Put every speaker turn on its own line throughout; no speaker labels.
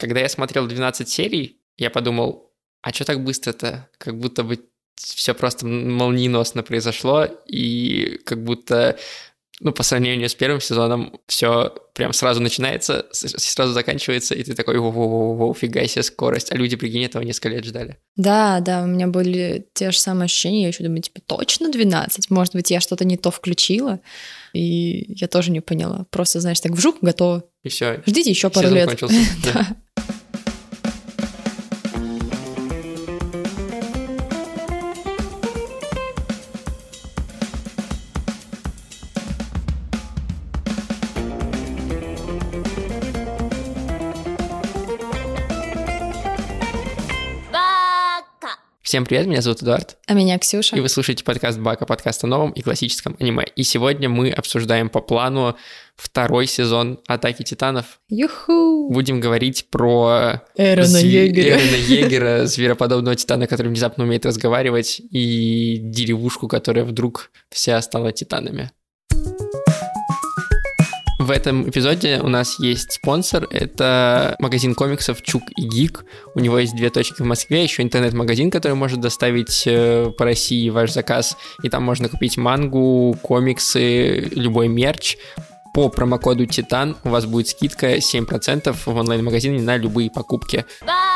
Когда я смотрел 12 серий, я подумал, а что так быстро-то? Как будто бы все просто молниеносно произошло, и как будто, ну, по сравнению с первым сезоном, все прям сразу начинается, сразу заканчивается, и ты такой, воу, фига себе скорость. А люди, прикинь, этого несколько лет ждали.
Да, у меня были те же самые ощущения, я еще думаю, типа, точно 12? Может быть, я что-то не то включила, и я тоже не поняла. Просто, знаешь, так вжух, готово.
И все.
Ждите еще пару лет.
Кончился. Да. Всем привет, меня зовут Эдуард.
А меня Ксюша.
И вы слушаете подкаст Бака, подкаст о новом и классическом аниме. И сегодня мы обсуждаем по плану второй сезон «Атаки Титанов».
Юху!
Будем говорить про
Эрона
Егера, звероподобного титана, который внезапно умеет разговаривать, и деревушку, которая вдруг вся стала титанами. В этом эпизоде у нас есть спонсор, это магазин комиксов «Чук и Гик». У него есть 2 точки в Москве, еще интернет-магазин, который может доставить по России ваш заказ, и там можно купить мангу, комиксы, любой мерч. По промокоду «Титан» у вас будет скидка 7% в онлайн-магазине на любые покупки.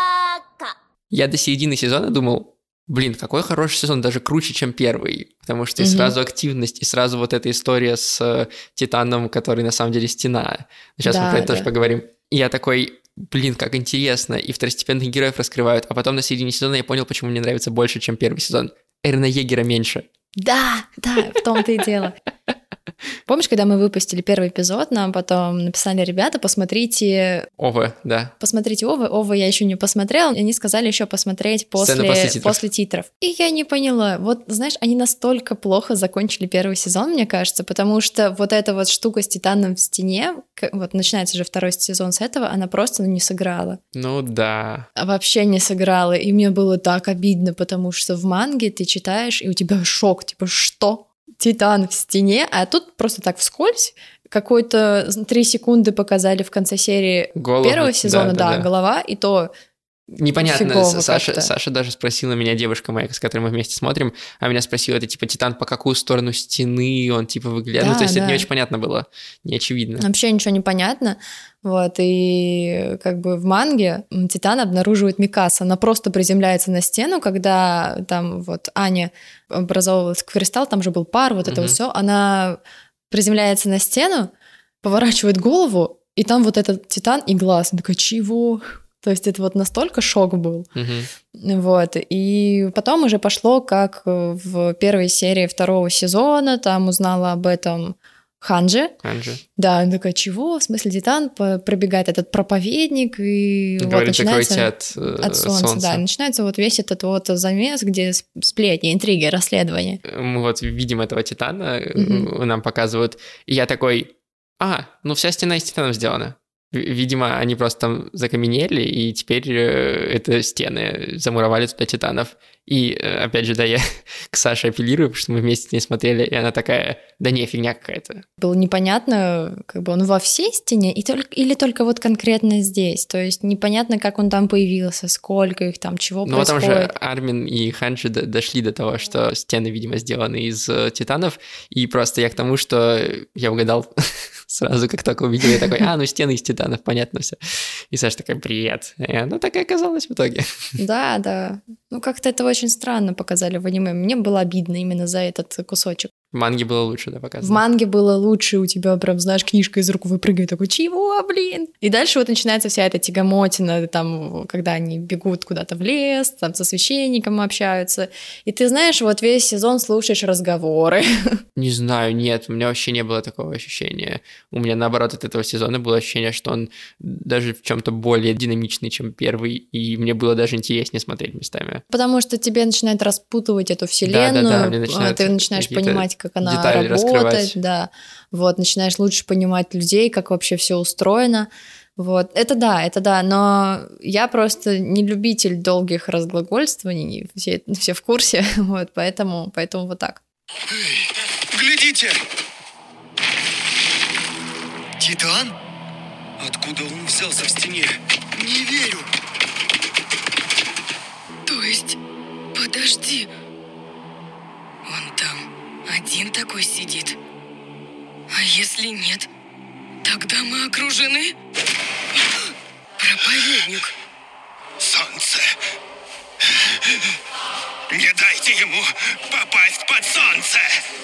Я до середины сезона думал, блин, какой хороший сезон, даже круче, чем первый, потому что и сразу активность, и сразу вот эта история с Титаном, который на самом деле стена. Сейчас мы про это тоже поговорим. И я такой, блин, как интересно, и второстепенных героев раскрывают, а потом на середине сезона я понял, почему мне нравится больше, чем первый сезон. Эрона Егера меньше.
Да, в том-то и дело. Помнишь, когда мы выпустили первый эпизод, нам потом написали: ребята, посмотрите...
ОВА, да.
Посмотрите ОВА. ОВА я еще не посмотрела, и они сказали еще посмотреть после титров. И я не поняла. Вот, знаешь, они настолько плохо закончили первый сезон, мне кажется, потому что вот эта вот штука с Титаном в стене, вот начинается же второй сезон с этого, она просто не сыграла.
Ну да.
Вообще не сыграла, и мне было так обидно, потому что в манге ты читаешь, и у тебя шок, типа, что? Титан в стене, а тут просто так вскользь какой-то 3 секунды показали в конце серии первого сезона, да, голова, и то
непонятно. Саша даже спросила меня, девушка моя, с которой мы вместе смотрим, а меня спросила, это типа Титан по какую сторону стены он типа выглядит,
да,
ну то есть это не очень понятно было, не очевидно.
Вообще ничего не понятно, вот, и как бы в манге Титан обнаруживает Микаса, она просто приземляется на стену, когда там вот Аня образовывалась кристалл, там же был пар, вот это вот все, она приземляется на стену, поворачивает голову, и там вот этот Титан и глаз, она такая, чего? То есть это вот настолько шок был. Вот. И потом уже пошло, как в первой серии второго сезона, там узнала об этом Ханджи. Да, она такая, чего? В смысле, Титан? Пробегает этот проповедник, и
говорит,
вот начинается
от солнца.
Да, и начинается вот весь этот вот замес, где сплетни, интриги, расследования.
Мы вот видим этого Титана, нам показывают, и я такой, ну вся стена из Титанов сделана. Видимо, они просто там закаменели, и теперь это стены, замуровали туда Титанов. И, опять же, да, я к Саше апеллирую, потому что мы вместе с ней смотрели, и она такая, да не, фигня какая-то.
Было непонятно, как бы он во всей стене или только вот конкретно здесь. То есть непонятно, как он там появился, сколько их там, чего происходит.
Ну, там же Армин и Ханджи дошли до того, что стены, видимо, сделаны из Титанов, и просто я к тому, что я угадал сразу, как только увидел, я такой, ну стены из Титанов, понятно все. И Саша такая, привет. И она так и оказалась в итоге.
Да. Ну, как-то это очень странно показали в аниме. Мне было обидно именно за этот кусочек.
В манге было лучше, да, показано?
В манге было лучше, у тебя прям, знаешь, книжка из рук выпрыгивает, такой, чего, блин? И дальше вот начинается вся эта тягомотина, там, когда они бегут куда-то в лес, там со священником общаются, и ты знаешь, вот весь сезон слушаешь разговоры.
Не знаю, нет, у меня вообще не было такого ощущения. У меня, наоборот, от этого сезона было ощущение, что он даже в чем-то более динамичный, чем первый, и мне было даже интереснее смотреть местами.
Потому что тебе начинает распутывать эту вселенную, ты начинаешь понимать, как она работает, да, вот, начинаешь лучше понимать людей, как вообще все устроено, вот, это да, но я просто не любитель долгих разглагольствований, все в курсе, вот, поэтому вот так.
Глядите! Титан? Откуда он взялся в стене? Не верю!
Погоди. Он там один такой сидит. А если нет, тогда мы окружены. Проповедник.
Солнце. Не дайте ему попасть под солнце.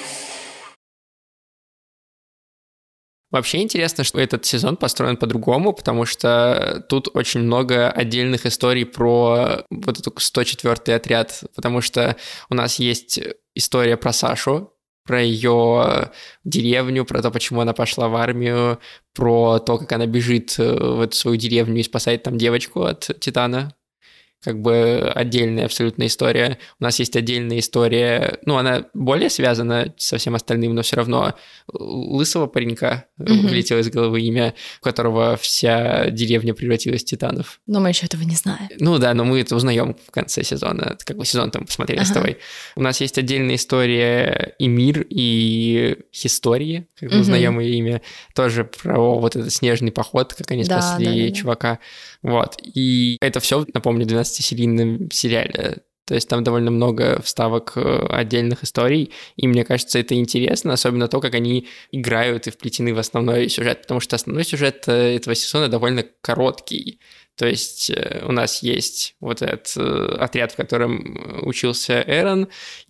Вообще интересно, что этот сезон построен по-другому, потому что тут очень много отдельных историй про вот этот 104-й отряд, потому что у нас есть история про Сашу, про ее деревню, про то, почему она пошла в армию, про то, как она бежит в эту свою деревню и спасает там девочку от Титана. Как бы отдельная абсолютно история. У нас есть отдельная история, ну, она более связана со всем остальным, но все равно лысого паренька вылетело из головы имя, у которого вся деревня превратилась в титанов.
Но мы еще этого не знаем.
Ну да, но мы это узнаем в конце сезона. Это как бы сезон-то мы посмотрели с тобой. У нас есть отдельная история и мир, и истории, как мы узнаем ее имя, тоже про вот этот снежный поход, как они спасли чувака. Вот. И это все, напомню, 12-серийном сериале. То есть там довольно много вставок отдельных историй, и мне кажется, это интересно, особенно то, как они играют и вплетены в основной сюжет, потому что основной сюжет этого сезона довольно короткий. То есть у нас есть вот этот отряд, в котором учился Эрон,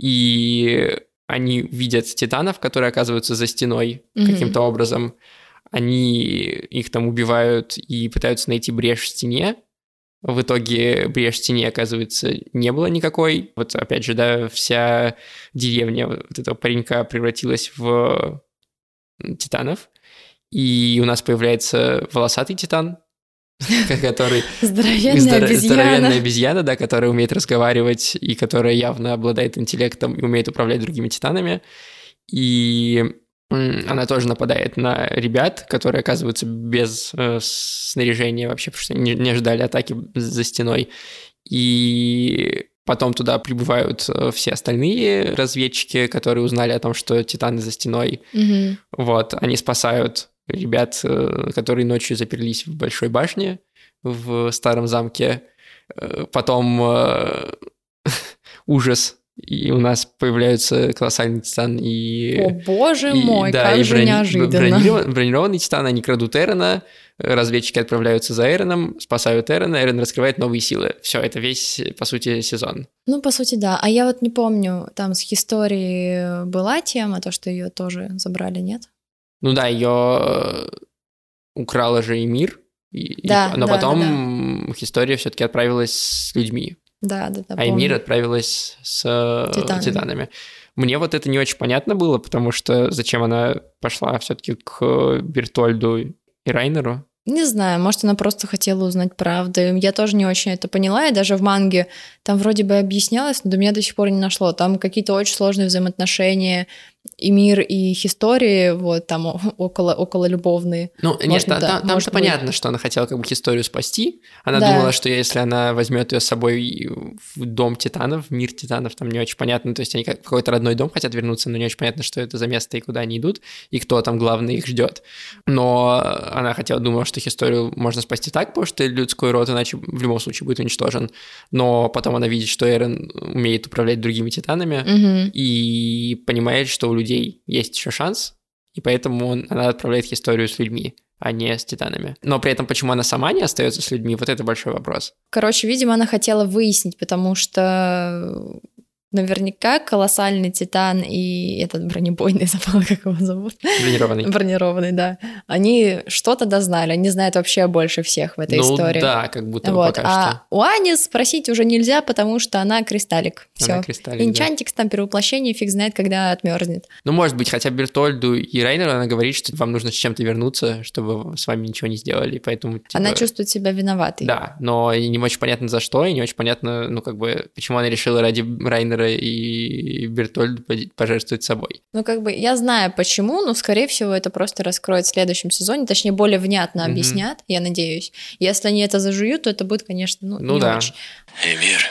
и они видят титанов, которые оказываются за стеной каким-то образом. Они их там убивают и пытаются найти брешь в стене. В итоге брешь в стене, оказывается, не было никакой. Вот опять же, да, вся деревня вот этого паренька превратилась в титанов. И у нас появляется волосатый титан, который... Здоровенная обезьяна, да, которая умеет разговаривать и которая явно обладает интеллектом и умеет управлять другими титанами. И она тоже нападает на ребят, которые оказываются без снаряжения вообще, потому что не ожидали атаки за стеной. И потом туда прибывают все остальные разведчики, которые узнали о том, что титаны за стеной. Вот, они спасают ребят, которые ночью заперлись в большой башне в старом замке. Потом ужас. И у нас появляются колоссальный титан и...
О, боже мой, да, как же неожиданно.
Бронированный титан, они крадут Эрона, разведчики отправляются за Эроном, спасают Эрона, Эрон раскрывает новые силы. Все, это весь, по сути, сезон.
Ну, по сути, да. А я вот не помню, там с историей была тема, то, что ее тоже забрали, нет?
Ну да, ее украла же и мир, но потом история все-таки отправилась с людьми.
Да.
А Эмир отправилась с титанами. Мне вот это не очень понятно было, потому что зачем она пошла все-таки к Бертольду и Райнеру?
Не знаю, может, она просто хотела узнать правду. Я тоже не очень это поняла, и даже в манге там вроде бы объяснялось, но до меня до сих пор не нашло. Там какие-то очень сложные взаимоотношения и мир, и истории, вот, там около любовные.
Ну, нет, там-то понятно, что она хотела как бы историю спасти. Она думала, что если она возьмет ее с собой в дом титанов, в мир титанов, там не очень понятно, то есть они как в какой-то родной дом хотят вернуться, но не очень понятно, что это за место и куда они идут, и кто там главный их ждет. Но она думала, что их историю можно спасти так, потому что людской род иначе в любом случае будет уничтожен. Но потом она видит, что Эрон умеет управлять другими титанами, и понимает, что у людей есть еще шанс, и поэтому она отправляет историю с людьми, а не с титанами. Но при этом почему она сама не остается с людьми, вот это большой вопрос.
Короче, видимо, она хотела выяснить, потому что наверняка колоссальный титан и этот бронебойный, забыла, как его зовут. Бронированный, да. Они что-то дознали, они знают вообще больше всех в этой истории.
Ну да, как будто бы пока что.
У Ани спросить уже нельзя, потому что она кристаллик. Все. Энчантикс, там перевоплощение, фиг знает, когда отмерзнет.
Ну, может быть, хотя Бертольду и Райнеру она говорит, что вам нужно с чем-то вернуться, чтобы с вами ничего не сделали, поэтому...
Она чувствует себя виноватой.
Да, но не очень понятно за что, и не очень понятно, ну, как бы, почему она решила ради Райнера и Бертольд пожертвовать собой.
Ну, как бы, я знаю почему, но, скорее всего, это просто раскроют в следующем сезоне, точнее, более внятно объяснят, я надеюсь. Если они это зажуют, то это будет, конечно, не очень.
Эмир,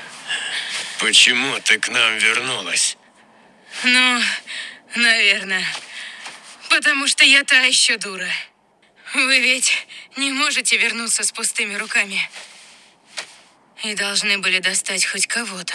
почему ты к нам вернулась?
Ну, наверное, потому что я та еще дура. Вы ведь не можете вернуться с пустыми руками. И должны были достать хоть кого-то.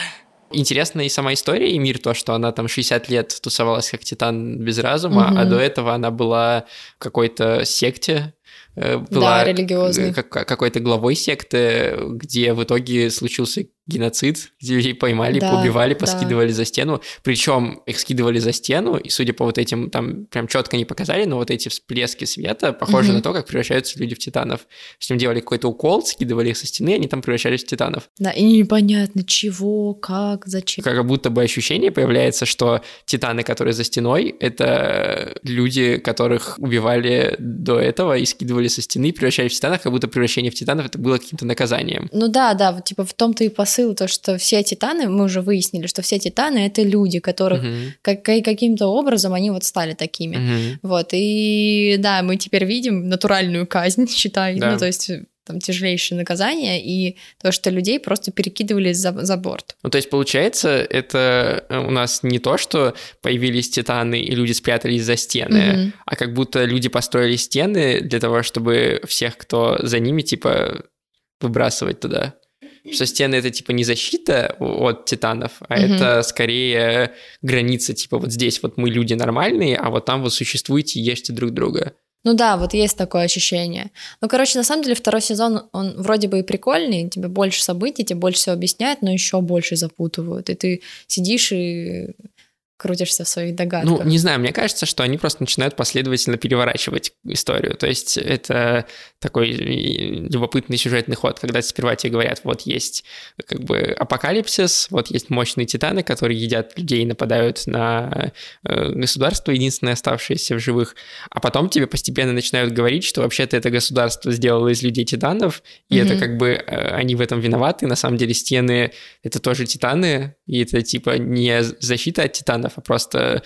Интересна и сама история Эмир, то, что она там 60 лет тусовалась как Титан без разума, а до этого она была в какой-то секте, была
религиозной.
какой-то главой секты, где в итоге случился геноцид, где людей поймали, поубивали, поскидывали за стену. Причем их скидывали за стену, и судя по вот этим, там прям четко не показали, но вот эти всплески света похожи на то, как превращаются люди в титанов. То есть им делали какой-то укол, скидывали их со стены, они там превращались в титанов.
Да, и непонятно, чего, как, зачем.
Как будто бы ощущение появляется, что титаны, которые за стеной, это люди, которых убивали до этого и скидывали со стены, превращались в титанов, как будто превращение в титанов это было каким-то наказанием.
Ну да, вот типа в том-то и посыл, то, что все титаны, мы уже выяснили, что все титаны — это люди, которых каким-то образом они вот стали такими. Вот, и да, мы теперь видим натуральную казнь, считай, ну то есть там тяжелейшее наказание, и то, что людей просто перекидывали за борт.
Ну, то есть, получается, это у нас не то, что появились титаны, и люди спрятались за стены, а как будто люди построили стены для того, чтобы всех, кто за ними, типа, выбрасывать туда. Что стены — это, типа, не защита от титанов, а это скорее граница, типа, вот здесь вот мы люди нормальные, а вот там вы существуете и ешьте друг друга.
Ну да, вот есть такое ощущение. Ну, короче, на самом деле второй сезон, он вроде бы и прикольный, тебе больше событий, тебе больше всего объясняют, но еще больше запутывают. И ты сидишь и крутишься в своих догадках.
Ну, не знаю, мне кажется, что они просто начинают последовательно переворачивать историю. То есть это такой любопытный сюжетный ход, когда сперва тебе говорят, вот есть как бы апокалипсис, вот есть мощные титаны, которые едят людей и нападают на государство, единственное оставшееся в живых, а потом тебе постепенно начинают говорить, что вообще-то это государство сделало из людей титанов, и это как бы они в этом виноваты, на самом деле стены — это тоже титаны, и это типа не защита от титанов, а просто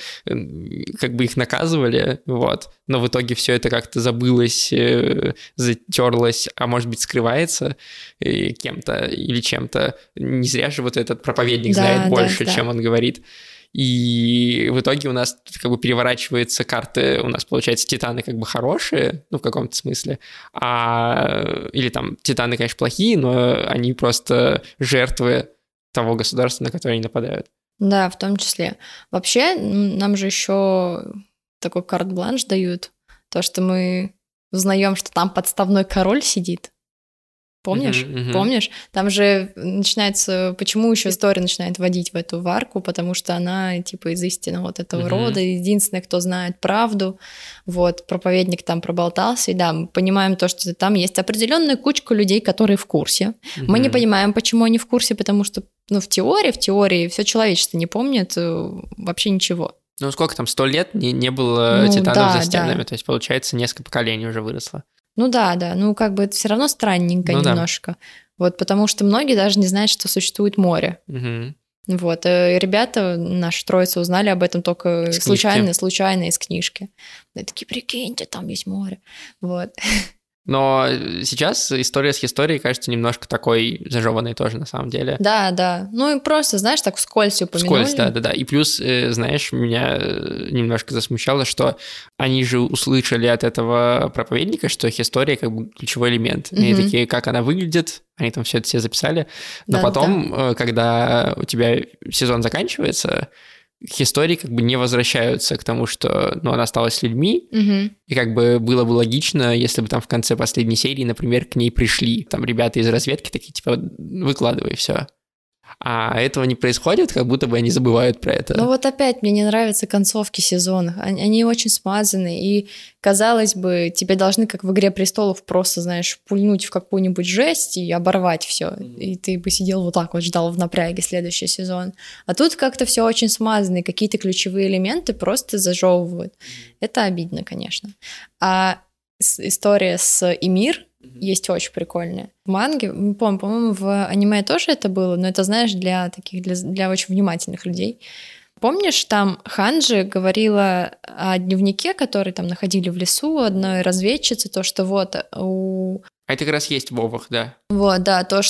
как бы их наказывали, вот. Но в итоге все это как-то забылось, затерлось, а может быть скрывается кем-то или чем-то. Не зря же вот этот проповедник знает больше, чем он говорит. И в итоге у нас как бы переворачиваются карты, у нас, получается, титаны как бы хорошие, ну, в каком-то смысле, или там титаны, конечно, плохие, но они просто жертвы того государства, на которое они нападают.
Да, в том числе. Вообще, нам же еще такой карт-бланш дают, то, что мы узнаем, что там подставной король сидит. Помнишь? Помнишь? Там же начинается... Почему еще история начинает вводить в эту варку? Потому что она, типа, из истинного вот этого рода, единственная, кто знает правду. Вот, проповедник там проболтался, и да, мы понимаем то, что там есть определенная кучка людей, которые в курсе. Мы не понимаем, почему они в курсе, потому что, ну, в теории все человечество не помнит вообще ничего.
Ну, сколько там, 100 лет не было титанов за стенами, то есть, получается, несколько поколений уже выросло.
Ну да, ну как бы это все равно странненько немножко. Вот, потому что многие даже не знают, что существует море. Вот, ребята, наша троица, узнали об этом только случайно из книжки. Они такие, прикиньте, там есть море. Вот.
Но сейчас история с историей кажется немножко такой зажеванной тоже, на самом деле.
Да. Ну и просто, знаешь, так вскользь упомянули.
Вскользь, да. И плюс, знаешь, меня немножко засмущало, что они же услышали от этого проповедника, что их история как бы ключевой элемент. И они такие, как она выглядит, они там все это все записали. Но потом, когда у тебя сезон заканчивается, истории как бы не возвращаются к тому, что она осталась с людьми, и как бы было бы логично, если бы там в конце последней серии, например, к ней пришли там ребята из разведки, такие типа, выкладывай все. А этого не происходит, как будто бы они забывают про это.
Ну вот опять мне не нравятся концовки сезонов. Они очень смазаны, и, казалось бы, тебе должны, как в «Игре престолов», просто, знаешь, пульнуть в какую-нибудь жесть и оборвать все. И ты бы сидел вот так вот, ждал в напряге следующий сезон. А тут как-то все очень смазано, и какие-то ключевые элементы просто зажевывают. Это обидно, конечно. А история с Эмир есть очень прикольная. В манге, не помню, по-моему, в аниме тоже это было, но это, знаешь, для очень внимательных людей. Помнишь, там Ханджи говорила о дневнике, который там находили в лесу, одной разведчицы, то, что вот у...
А это как раз есть в Вовах, да.
Вот, да, то,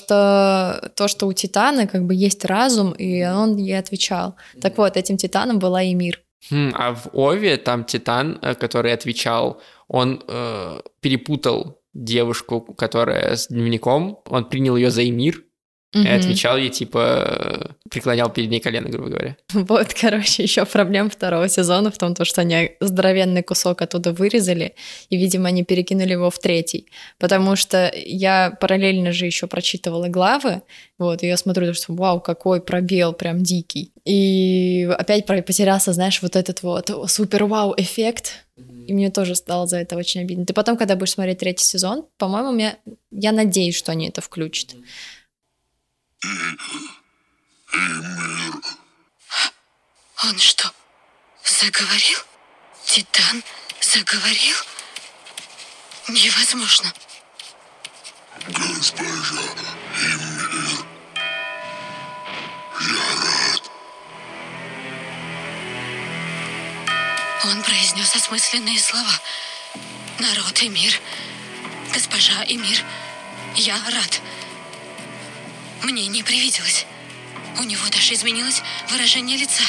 что у Титана как бы есть разум, и он ей отвечал. Так вот, этим Титаном была Эмир.
А в Ове там Титан, который отвечал, он перепутал девушку, которая с дневником, он принял ее за Эмир и отвечал ей, типа, преклонял перед ней колено, грубо говоря.
Вот, короче, еще проблема второго сезона в том, что они здоровенный кусок оттуда вырезали, и, видимо, они перекинули его в третий. Потому что я параллельно же еще прочитывала главы, вот, и я смотрю, что вау, какой пробел, прям дикий. И опять потерялся, знаешь, вот этот вот супер-вау-эффект, и мне тоже стало за это очень обидно. Ты потом, когда будешь смотреть третий сезон, по-моему, я надеюсь, что они это включат.
Он что, заговорил? Титан заговорил? Невозможно.
Госпожа Эмир, я рад.
Он произнес осмысленные слова. Народ и мир. Госпожа и мир. Я рад. Мне не привиделось. У него даже изменилось выражение лица.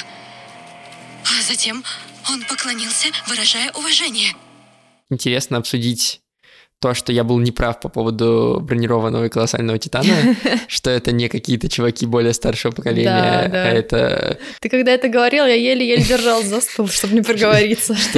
А затем он поклонился, выражая уважение.
Интересно обсудить то, что я был неправ по поводу бронированного и колоссального Титана, что это не какие-то чуваки более старшего поколения,
Да.
а это...
Ты когда это говорил, я еле-еле держал за стол, чтобы не проговориться.
Что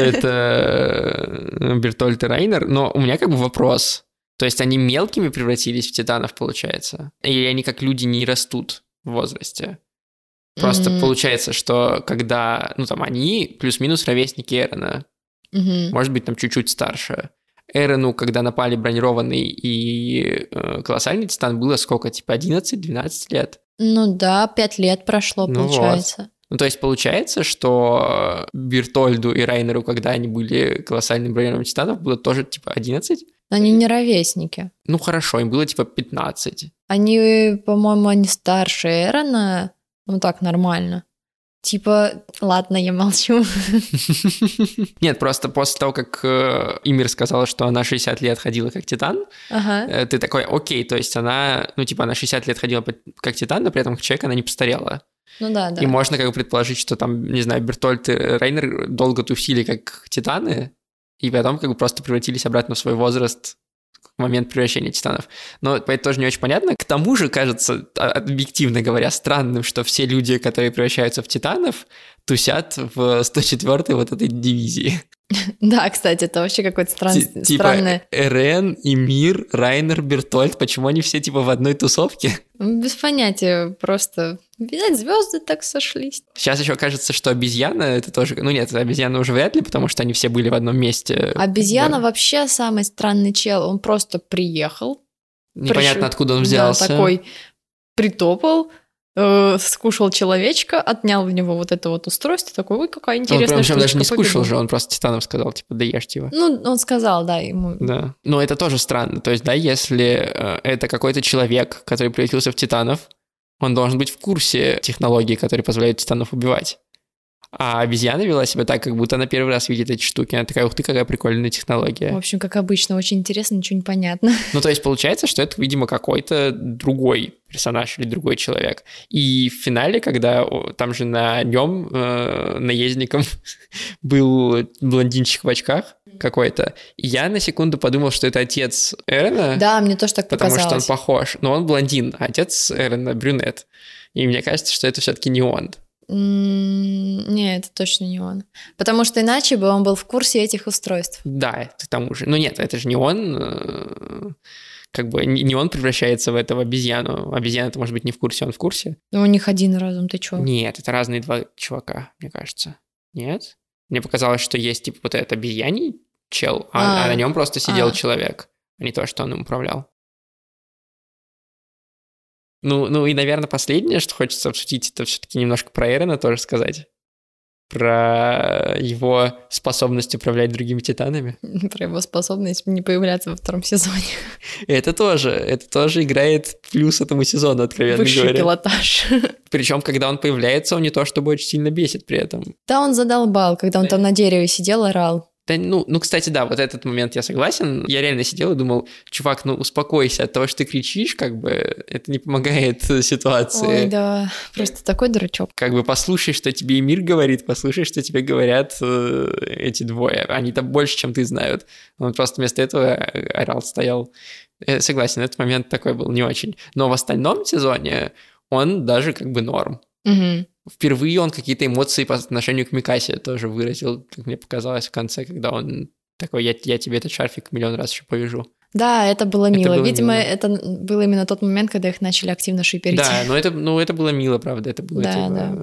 это Бертольд и Райнер. Но у меня как бы вопрос. То есть они мелкими превратились в Титанов, получается? Или они как люди не растут в возрасте? Просто получается, что когда... Ну, там, они плюс-минус ровесники Эрона. Может быть, там чуть-чуть старше. Эрону, когда напали бронированный и колоссальный Титан, было сколько? Типа 11-12 лет?
Ну да, 5 лет прошло,
Ну
получается.
вот. Ну, то есть получается, что Бертольду и Райнеру, когда они были колоссальным бронированным Титаном, было тоже типа 11?
Они не ровесники.
Ну, хорошо, им было типа 15.
Они, по-моему, они старше Эрона. Ну так, нормально. Типа, ладно, я молчу.
Нет, просто после того, как Имир сказала, что она 60 лет ходила как Титан,
Ага.
ты такой, окей, то есть она, ну, типа, она 60 лет ходила как Титан, но при этом как человек она не постарела.
Ну да, да.
И можно как бы предположить, что там, не знаю, Бертольд и Райнер долго тусили как Титаны, и потом как бы просто превратились обратно в свой возраст в момент превращения Титанов. Но это тоже не очень понятно. К тому же, кажется, объективно говоря, странным, что все люди, которые превращаются в Титанов, тусят в 104-й вот этой дивизии.
Да, кстати, это вообще какое-то странное...
Типа Эрен, Эмир, Райнер, Бертольд, почему они все типа в одной тусовке?
Без понятия, просто, видать, звезды так сошлись.
Сейчас еще кажется, что обезьяна это тоже... Ну нет, обезьяна уже вряд ли, потому что они все были в одном месте.
Обезьяна вообще самый странный чел. Он просто приехал.
Непонятно, откуда он взялся.
Да, такой притопал, скушал человечка, отнял у него вот это вот устройство, такой, ой, какая интересная штучка.
Он даже не скушал
побегу.
же, он просто Титанов сказал, типа, да ешьте его.
Ну, он сказал, да, ему.
Да. Но это тоже странно. То есть, да, если это какой-то человек, который превратился в Титанов, он должен быть в курсе технологий, которые позволяют Титанов убивать. А обезьяна вела себя так, как будто она первый раз видит эти штуки. Она такая, ух ты, какая прикольная технология.
В общем, как обычно, очень интересно, ничего не понятно.
Ну, то есть получается, что это, видимо, какой-то другой персонаж или другой человек. И в финале, когда там же на нем наездником был блондинчик в очках какой-то, я на секунду подумал, что это отец Эрона.
Да, мне тоже так
потому
показалось.
что он похож. Но он блондин, а отец Эрона брюнет. И мне кажется, что это все-таки не он.
Не, это точно не он. Потому что иначе бы он был в курсе этих устройств.
Да, к тому же. Ну нет, это же не он. Как бы не он превращается в этого обезьяну. Обезьяна-то, может быть, не в курсе, он в курсе.
Ну, у них один разум, ты чё?
Нет, это разные два чувака, мне кажется. Нет? Мне показалось, что есть типа вот этот обезьяний чел, а на нем просто сидел человек, а не то, что он им управлял. Ну и, наверное, последнее, что хочется обсудить, это все-таки немножко про Эрона тоже сказать. Про его способность управлять другими титанами.
Про его способность не появляться во втором сезоне.
Это тоже играет плюс этому сезону, откровенно
Высший
говоря.
пилотаж.
Причем, когда он появляется, он не то чтобы очень сильно бесит при этом.
Да, он задолбал, когда он там на дереве сидел, орал.
Да, ну, кстати, да, вот этот момент я согласен. Я реально сидел и думал, чувак, ну успокойся, от того, что ты кричишь, как бы, это не помогает ситуации.
Ой, да, просто такой дурачок.
Как бы послушай, что тебе Эмир говорит, послушай, что тебе говорят эти двое. Они-то больше, чем ты, знают. Он просто вместо этого орал, стоял. Согласен, этот момент такой был не очень. Но в остальном сезоне он даже как бы норм.
Мгм.
Впервые он какие-то эмоции по отношению к Микасе тоже выразил, как мне показалось в конце, когда он такой, я тебе этот шарфик миллион раз еще повяжу.
Да, это было
Это
мило.
было
Видимо,
мило.
это был именно тот момент, когда их начали активно шиперить.
Да, но это было мило, правда, это было
Да,
типа...
да.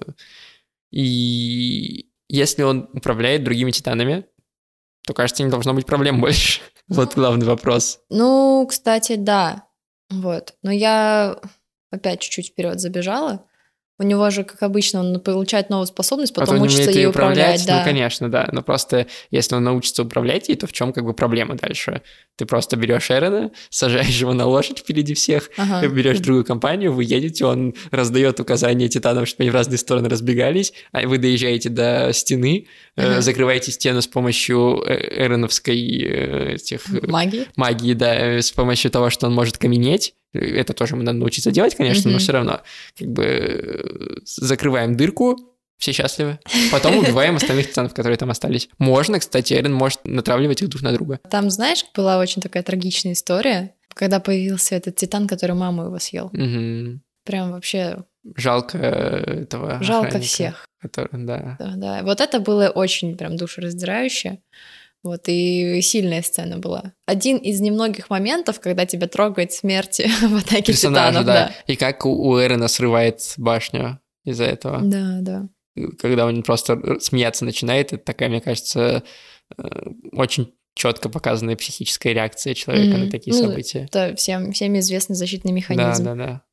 И если он управляет другими титанами, то, кажется, не должно быть проблем больше. Вот главный вопрос.
Ну, кстати, да. Вот. Но я опять чуть-чуть вперед забежала. У него же, как обычно, он получает новую способность, потом
он
учится
умеет
ей
ей
управлять. Да.
Ну, конечно, да. Но просто если он научится управлять ей, то в чем как бы проблема дальше? Ты просто берешь Эрона, сажаешь его на лошадь впереди всех,
Ага.
берешь другую компанию, вы едете, он раздает указания титанам, чтобы они в разные стороны разбегались, а вы доезжаете до стены, закрываете стену с помощью эроновской магии, да, с помощью того, что он может каменеть. Это тоже надо научиться делать, конечно, но все равно как бы закрываем дырку, все счастливы. Потом убиваем остальных титанов, которые там остались. Можно, кстати, Эрон может натравливать их друг на друга.
Там, знаешь, была очень такая трагичная история, когда появился этот титан, который маму его съел.
Угу.
Прям вообще...
Жалко этого
Жалко
охранника,
всех.
Да.
Да. Вот это было очень прям душераздирающе. Вот, и сильная сцена была. Один из немногих моментов, когда тебя трогает смерть в атаке титанов. Да.
И как у Эрона срывает башню из-за этого.
Да.
Когда он просто смеяться начинает, это такая, мне кажется, очень четко показанная психическая реакция человека на такие события.
Это всем известный защитный механизм.
Да.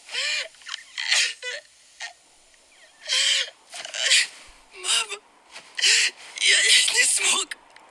Мама, я не смог.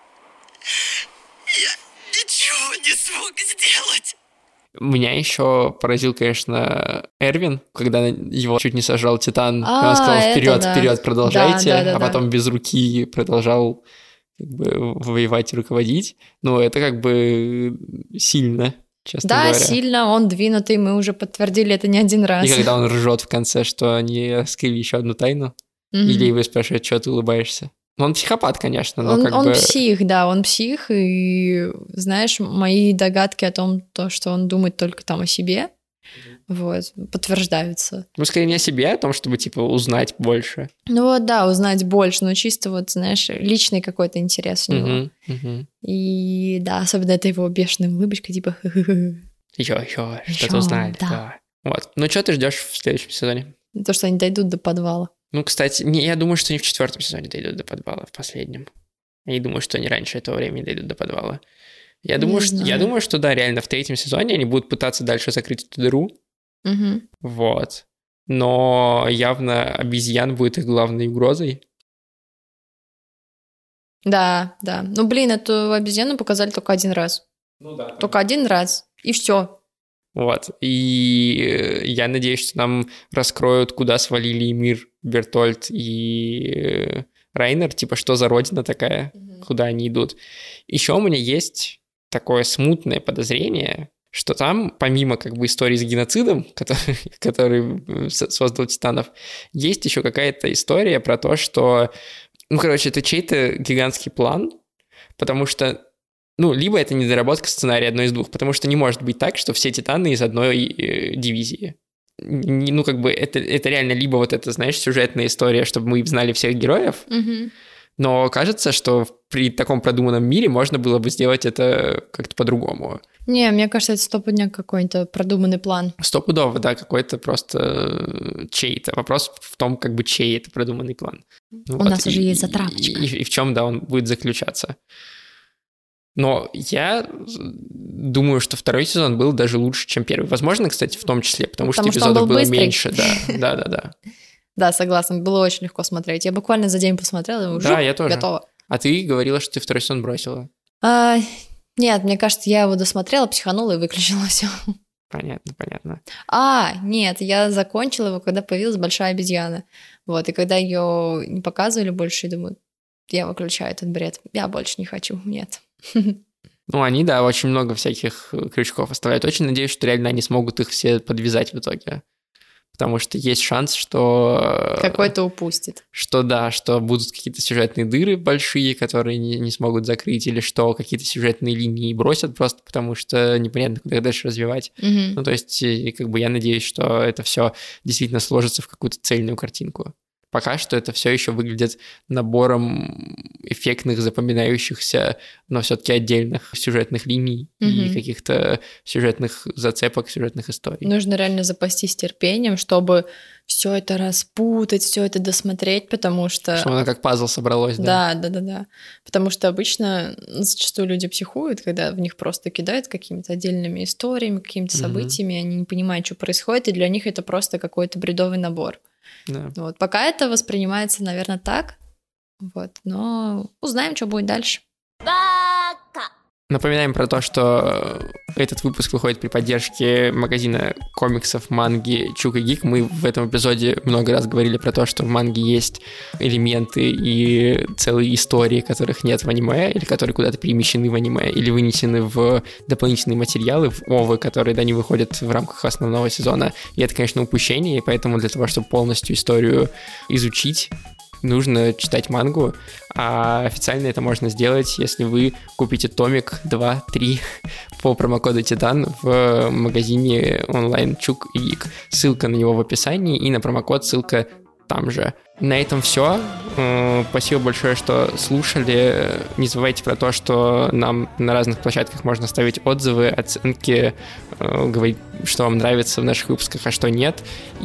Я ничего не смог сделать.
Меня еще поразил, конечно, Эрвин, когда его чуть не сожрал Титан. Он сказал: вперед, продолжайте, а потом без руки продолжал как бы воевать и руководить. Ну, это как бы сильно, честно говоря.
Да, сильно, он двинутый, мы уже подтвердили это не один раз.
И когда он ржет в конце, что они раскрыли еще одну тайну, или его спрашивают, что ты улыбаешься. Ну, он психопат, конечно, но
он псих, да, он псих, и, знаешь, мои догадки о том, что он думает только там о себе, вот, подтверждаются.
Ну, скорее не о себе, а о том, чтобы, типа, узнать больше.
Ну вот, да, узнать больше, но чисто вот, знаешь, личный какой-то интерес у него. И, да, особенно это его бешеная улыбочка, типа...
Еще, что-то узнали. Да. Вот. Ну, что ты ждешь в следующем сезоне?
То, что они дойдут до подвала.
Ну, кстати, я думаю, что они в 4-м сезоне дойдут до подвала, в последнем. Я не думаю, что они раньше этого времени дойдут до подвала. Я думаю, что да, реально в 3-м сезоне они будут пытаться дальше закрыть эту дыру. Вот. Но явно обезьян будет их главной угрозой.
Да. Ну, блин, эту обезьяну показали только один раз.
Ну да.
Только один раз, и все.
Вот. И я надеюсь, что нам раскроют, куда свалили Мир, Бертольд и Райнер, типа, что за родина такая, куда они идут. Еще у меня есть такое смутное подозрение, что там, помимо как бы истории с геноцидом, который создал Титанов, есть еще какая-то история про то, что, ну, короче, это чей-то гигантский план, потому что либо это недоработка сценария, одно из двух, потому что не может быть так, что все Титаны из одной дивизии. Ну, как бы, это реально либо вот это, знаешь, сюжетная история, чтобы мы знали всех героев, но кажется, что при таком продуманном мире можно было бы сделать это как-то по-другому.
Не, мне кажется, это стопудняк какой-то продуманный план.
Стопудово, да, какой-то просто чей-то. Вопрос в том, как бы чей это продуманный план.
У нас уже есть затравочка.
И в чем, да, он будет заключаться. Но я думаю, что 2-й сезон был даже лучше, чем 1-й. Возможно, кстати, в том числе, потому что эпизодов было меньше. Да.
Да, согласна, было очень легко смотреть. Я буквально за день посмотрела, и уже
я тоже.
готова.
А ты говорила, что ты 2-й сезон бросила.
Нет, мне кажется, я его досмотрела, психанула и выключила все.
Понятно.
Нет, я закончила его, когда появилась большая обезьяна. Вот, и когда ее не показывали больше, я думаю, я выключаю этот бред. Я больше не хочу, нет.
Ну, они, да, очень много всяких крючков оставляют. Очень надеюсь, что реально они смогут их все подвязать в итоге. потому что есть шанс, что...
Какой-то упустит.
Что да, что будут какие-то сюжетные дыры большие, которые не смогут закрыть, или что какие-то сюжетные линии бросят просто потому, что непонятно, куда их дальше развивать. Ну, то есть, как бы я надеюсь, что это все действительно сложится в какую-то цельную картинку. Пока что это все еще выглядит набором эффектных, запоминающихся, но все-таки отдельных сюжетных линий и каких-то сюжетных зацепок, сюжетных историй.
Нужно реально запастись терпением, чтобы все это распутать, все это досмотреть, потому что...
Чтобы оно как пазл собралось, да?
Да. Потому что обычно зачастую люди психуют, когда в них просто кидают какими-то отдельными историями, какими-то событиями, они не понимают, что происходит, и для них это просто какой-то бредовый набор.
Да.
Вот. Пока это воспринимается, наверное, так, вот, но узнаем, что будет дальше.
Напоминаем про то, что этот выпуск выходит при поддержке магазина комиксов, манги Чук и Гик. Мы в этом эпизоде много раз говорили про то, что в манге есть элементы и целые истории, которых нет в аниме, или которые куда-то перемещены в аниме, или вынесены в дополнительные материалы, в ОВА, которые, да, не выходят в рамках основного сезона. И это, конечно, упущение, и поэтому для того, чтобы полностью историю изучить, нужно читать мангу, а официально это можно сделать, если вы купите томик 2-3 по промокоду Титан в магазине онлайн Чук и Гик. Ссылка на него в описании, и на промокод ссылка там же. На этом все. Спасибо большое, что слушали. Не забывайте про то, что нам на разных площадках можно ставить отзывы, оценки, говорить, что вам нравится в наших выпусках, а что нет.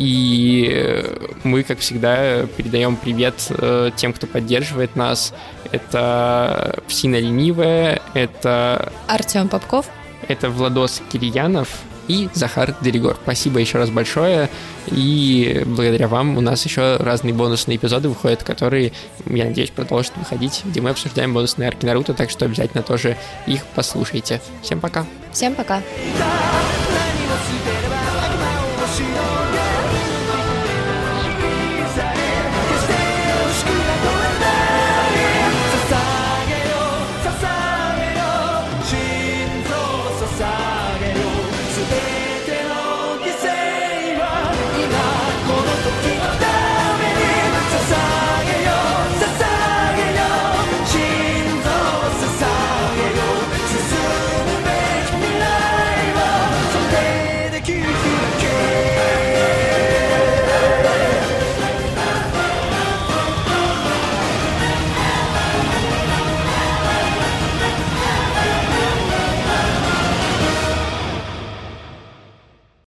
И мы, как всегда, передаем привет тем, кто поддерживает нас. Это Псина Ленивая, это
Артем Попков, это
Владос Кирьянов и Захар Деригор. Спасибо еще раз большое, и благодаря вам у нас еще разные бонусные эпизоды выходят, которые, я надеюсь, продолжат выходить, где мы обсуждаем бонусные арки Наруто, так что обязательно тоже их послушайте. Всем пока!
Всем пока!
Side